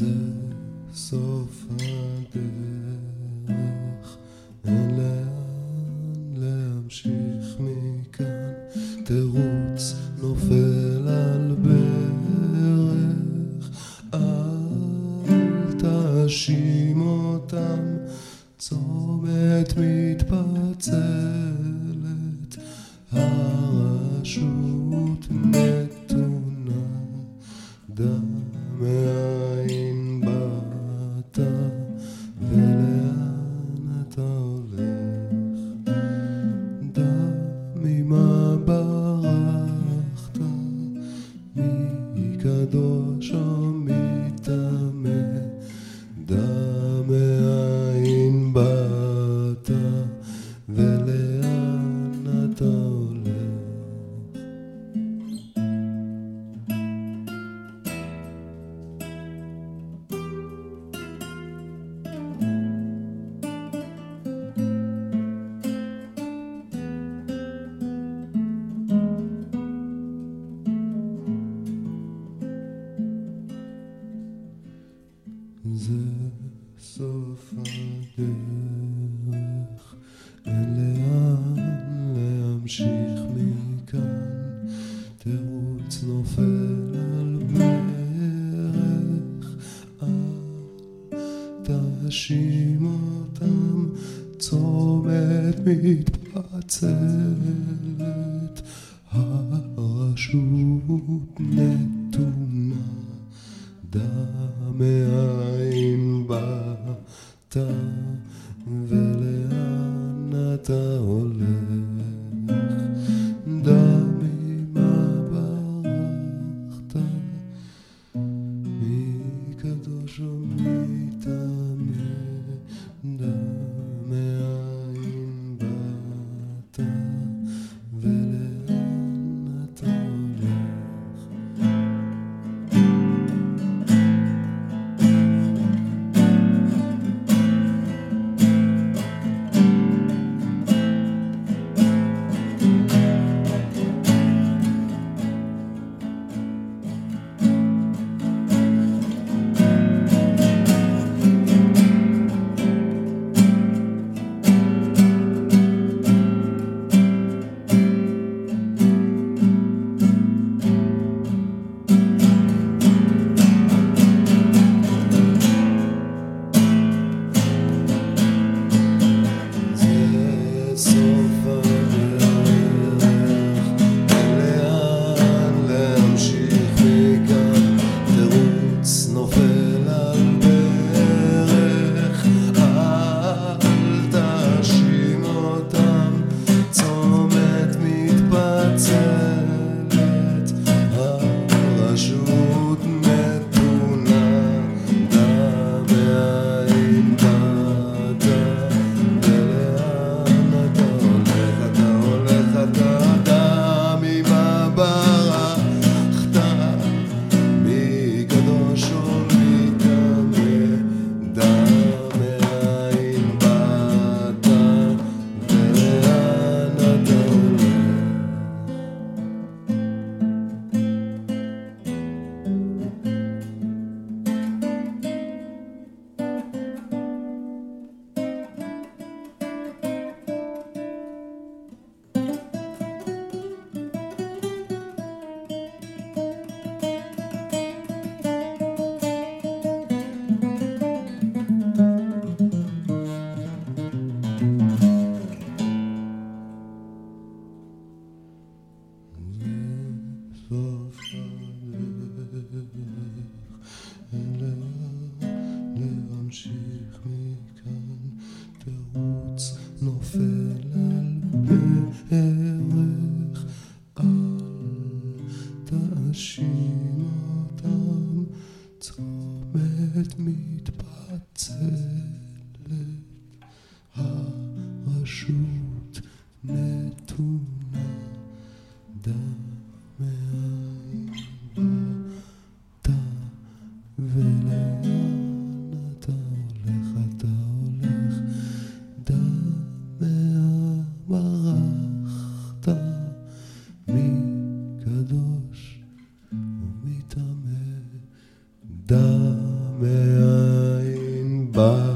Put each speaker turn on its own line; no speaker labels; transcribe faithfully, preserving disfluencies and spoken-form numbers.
זה סוף הדרך, אין לאן להמשיך מכאן, תירוץ נופל על ברך, אל תאשים אותם, צומת מתפצלת, הרשות נתונה, דם מאין באת ולאן אתה הולך, דם ממה ברחת, מי קדוש או מטמא, דם מאין באת ולאן אתה הולך. זה סוף הדרך, אין לאן להמשיך מכאן, תירוץ נופל על ברך, אל תאשים אותם, צומת מתפצלת, הרשות נתונה, דם מאין באת ולאן אתה הולך, דם ממה ברחת, מי קדוש או מטמא, דם מאין באת ולאן אתה הולך. סוף הדרך, אין לאן להמשיך מכאן, תירוץ נופל על ברך, אל תאשים אותם, צומת מתפצלת, הרשות נתונה, דם מאין באת ולאן אתה הולך, אתה הולך, דם מה ברחת, מי קדוש ומטמא, דם מאין בא